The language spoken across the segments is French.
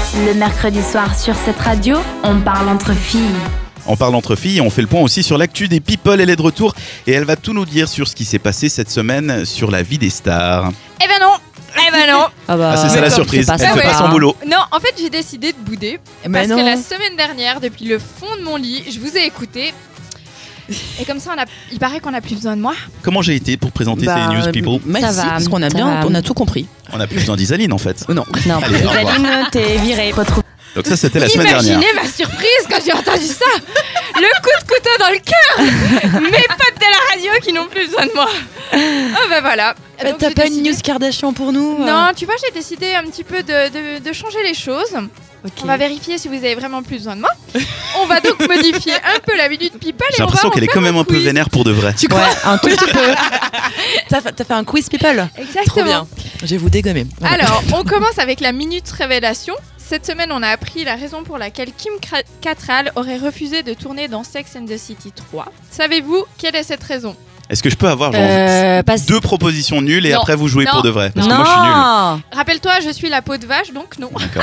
Le mercredi soir sur cette radio, on parle entre filles. On parle entre filles et on fait le point aussi sur l'actu des people. Elle est de retour et elle va tout nous dire sur ce qui s'est passé cette semaine sur la vie des stars. Eh ben non. C'est ça la surprise, elle fait pas son boulot. Non, en fait j'ai décidé de bouder parce que la semaine dernière, depuis le fond de mon lit, je vous ai écouté. Et comme ça, il paraît qu'on n'a plus besoin de moi. Comment j'ai été pour présenter ces news people? Ça va, parce qu'on on a tout compris. On n'a plus besoin d'Isaline en fait. Non, Allez, Isaline, t'es virée. Donc ça c'était la semaine dernière. Imaginez ma surprise quand j'ai entendu ça. Le coup de couteau dans le cœur. Mes potes de la radio qui n'ont plus besoin de moi. Oh ben voilà. Donc, t'as pas une news Kardashian pour nous? Non, tu vois, j'ai décidé un petit peu de changer les choses. Okay. On va vérifier si vous avez vraiment plus besoin de moi. On va donc modifier un peu la minute people. J'ai l'impression qu'elle est quand même un peu vénère pour de vrai. Tu crois? Un tout petit peu. T'as fait un quiz people? Exactement. Trop bien. Je vais vous dégommer. Voilà. Alors, on commence avec la minute révélation. Cette semaine, on a appris la raison pour laquelle Kim Cattrall aurait refusé de tourner dans Sex and the City 3. Savez-vous quelle est cette raison? Est-ce que je peux avoir deux propositions nulles et après vous jouez pour de vrai? Parce que moi je suis nul. Rappelle-toi, je suis la peau de vache, donc non. D'accord.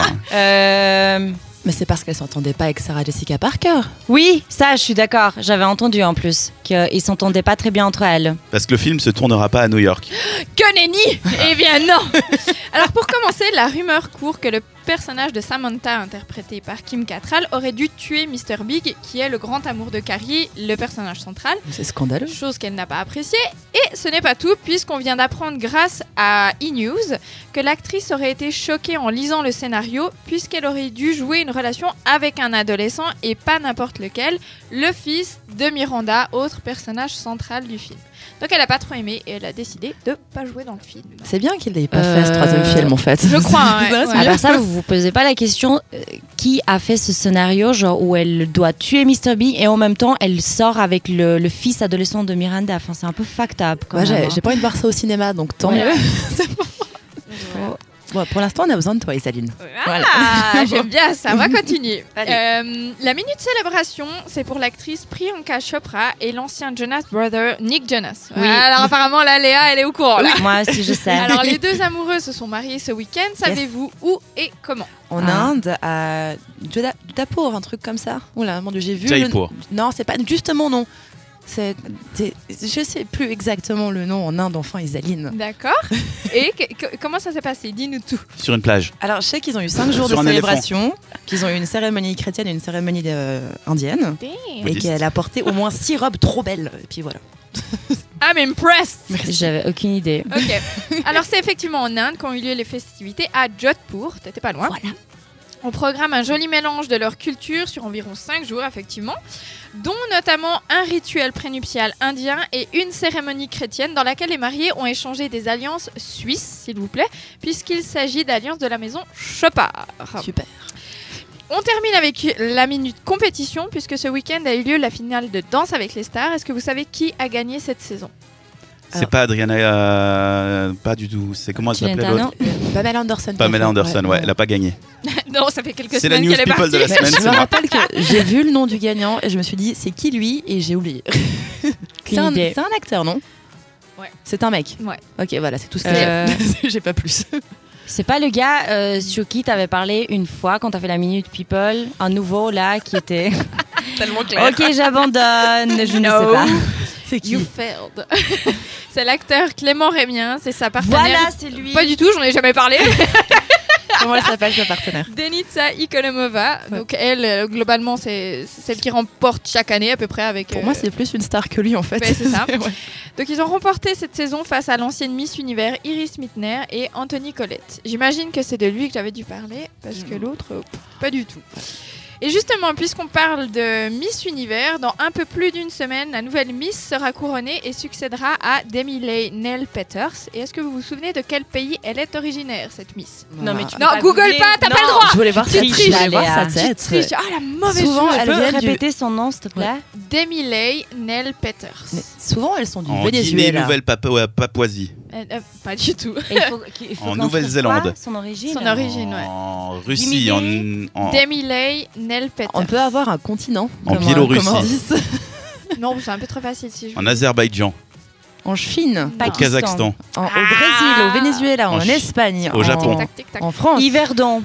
Mais c'est parce qu'elle s'entendait pas avec Sarah Jessica Parker. Oui, ça, je suis d'accord. J'avais entendu en plus qu'ils s'entendaient pas très bien entre elles. Parce que le film se tournera pas à New York. Que nenni! Eh bien non. Alors pour commencer, la rumeur court que le personnage de Samantha, interprété par Kim Cattrall, aurait dû tuer Mr. Big, qui est le grand amour de Carrie, le personnage central. C'est scandaleux. Chose qu'elle n'a pas appréciée. Et ce n'est pas tout, puisqu'on vient d'apprendre grâce à E! News que l'actrice aurait été choquée en lisant le scénario, puisqu'elle aurait dû jouer une relation avec un adolescent et pas n'importe lequel, le fils de Miranda, autre personnage central du film. Donc elle a pas trop aimé et elle a décidé de pas jouer dans le film. C'est bien qu'il n'ait pas fait ce troisième film en fait. Je crois. Ouais. Alors ça, vous vous posez pas la question qui a fait ce scénario, genre où elle doit tuer Mr. B et en même temps elle sort avec le fils adolescent de Miranda. Enfin, c'est un peu fucked up. J'ai pas envie de voir ça au cinéma, donc tant mieux. Bon, pour l'instant, on a besoin de toi, Isaline. Voilà. J'aime bien ça. On va continuer. La minute célébration, c'est pour l'actrice Priyanka Chopra et l'ancien Jonas Brother Nick Jonas. Oui. Alors apparemment, la Léa, elle est au courant. Là. Moi aussi, je sais. Alors les deux amoureux se sont mariés ce week-end. Savez-vous où et comment? En Inde, à Jaipur, un truc comme ça. Oula, mon Dieu, j'ai vu. Jaipur. Non, c'est pas justement non. Je sais plus exactement le nom en Inde, enfin Isaline. D'accord. Et comment ça s'est passé? Dis-nous tout. Sur une plage. Alors, je sais qu'ils ont eu 5 jours de célébration, qu'ils ont eu une cérémonie chrétienne et une cérémonie indienne. Damn. Et qu'elle a porté au moins 6 robes trop belles. Et puis voilà. I'm impressed. J'avais aucune idée. Ok. Alors, c'est effectivement en Inde qu'ont eu lieu les festivités à Jodhpur. T'étais pas loin. Voilà. On programme un joli mélange de leur culture sur environ 5 jours, effectivement, dont notamment un rituel prénuptial indien et une cérémonie chrétienne dans laquelle les mariés ont échangé des alliances suisses, s'il vous plaît, puisqu'il s'agit d'alliances de la maison Chopard. Super. On termine avec la minute compétition, puisque ce week-end a eu lieu la finale de Danse avec les stars. Est-ce que vous savez qui a gagné cette saison? C'est pas Adriana, pas du tout. C'est comment elle s'appelait l'autre? Pamela Anderson. Pamela Anderson, ouais, elle a pas gagné. Non, ça fait quelques C'est la semaines news qu'elle est people partie. de la semaine. Je me rappelle que j'ai vu le nom du gagnant et je me suis dit, c'est qui lui? Et j'ai oublié. C'est un acteur, non? Ouais. C'est un mec? Ouais. Ok, voilà, c'est tout ce que j'ai pas plus. C'est pas le gars sur qui t'avais parlé une fois quand t'as fait la Minute People, un nouveau là qui était... Tellement clair. Ok, j'abonne, je ne sais pas. C'est qui? You failed. C'est l'acteur Clément Rémien, c'est sa partenaire. Voilà, c'est lui. Pas du tout, j'en ai jamais parlé. Comment elle s'appelle, sa partenaire? Denitsa Ikonomova. Ouais. Donc elle, globalement, c'est celle qui remporte chaque année à peu près avec... Pour moi, c'est plus une star que lui en fait. Ouais, c'est ça. Ouais. Donc ils ont remporté cette saison face à l'ancienne Miss Univers Iris Mittner et Anthony Collette. J'imagine que c'est de lui que j'avais dû parler parce que l'autre, pas du tout. Et justement, puisqu'on parle de Miss Univers, dans un peu plus d'une semaine, la nouvelle Miss sera couronnée et succédera à Demi-Leigh Nel-Peters. Et est-ce que vous vous souvenez de quel pays elle est originaire, cette Miss? Non, mais tu Non, Google pas, t'as pas le droit. Je voulais voir Tu sa triches, tête. Je voulais voir Léa. sa tête. Triche. Ah, la mauvaise Souvent, chose. elle Tu peux vient du- répéter son nom, s'il te plaît? Demi-Leigh Nel-Peters. Mais souvent, elles sont du En Venezuela. Guinée, Nouvelle-Papouasie. Pas du tout. Et il faut En qu'on Nouvelle-Zélande. trouve quoi, son origine. Son origine, ouais. En Russie, en Demi-Leigh Nel-Peters. On peut avoir un continent. En comme, Biélorussie. comme indice. Non, c'est un peu trop facile si je Azerbaïdjan. En Chine, Au Kazakhstan. au Brésil, au Venezuela, en Espagne, au Japon. Tac. en France. Yverdon.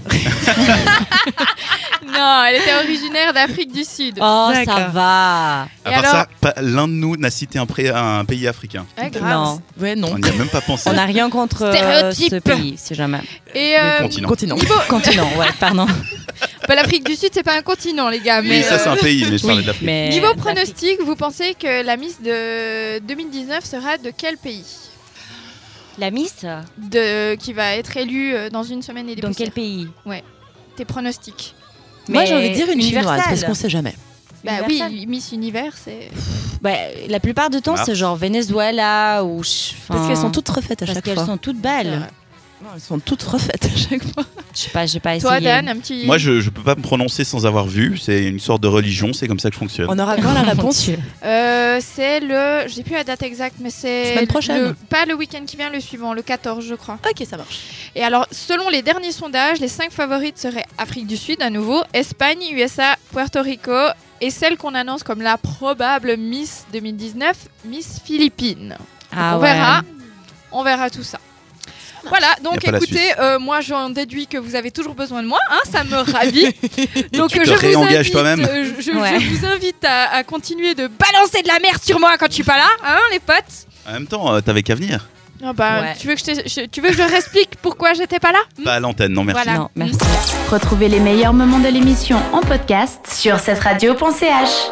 Non, elle était originaire d'Afrique du Sud. Oh, ça D'accord. va. À Et part alors ça, l'un de nous n'a cité un pays africain. Ouais, grave. Non, Ouais, non. On n'y a même pas pensé. on n'a rien contre Stéréotype. ce pays, si jamais. Et Continent. Continent. Continent, ouais, pardon. l'Afrique du Sud, c'est pas un continent, les gars. Mais Oui, ça c'est un pays, mais je parlais d'Afrique. mais niveau pronostic, vous pensez que la Miss de 2019 sera de quel pays La Miss, qui va être élue dans une semaine et des dans poussières. quel pays? Tes pronostics. Moi, Mais j'ai envie de dire une chinoise, universelle. parce qu'on sait jamais. Bah Universel. oui, Miss Univers, c'est. Bah, la plupart du temps, Mars. c'est genre Venezuela ou. Parce qu'elles sont toutes refaites à Parce chaque qu'elles fois. sont toutes belles. Non, elles sont toutes refaites à chaque fois. Je sais pas, j'ai pas essayé. Toi, Dan, un petit. Moi, je peux pas me prononcer sans avoir vu. C'est une sorte de religion, c'est comme ça que je fonctionne. On aura quand la réponse C'est le. J'ai plus la date exacte, mais c'est. Semaine prochaine. Pas le week-end qui vient, le suivant, le 14, je crois. Ok, ça marche. Et alors, selon les derniers sondages, les 5 favorites seraient Afrique du Sud à nouveau, Espagne, USA, Puerto Rico et celle qu'on annonce comme la probable Miss 2019, Miss Philippines. Ah on ouais. verra tout ça. Voilà, donc Y a pas la écoutez, moi j'en déduis que vous avez toujours besoin de moi, hein, ça me ravit. Donc tu te je vous réengages invite, toi-même. Ouais. je vous invite à continuer de balancer de la merde sur moi quand je suis pas là, hein, les potes. En même temps, t'avais qu'à venir. Ah bah, Ouais. tu veux que je réexplique pourquoi j'étais pas là Pas à l'antenne, non merci. Voilà. Non, merci. Retrouvez les meilleurs moments de l'émission en podcast sur cette radio.ch.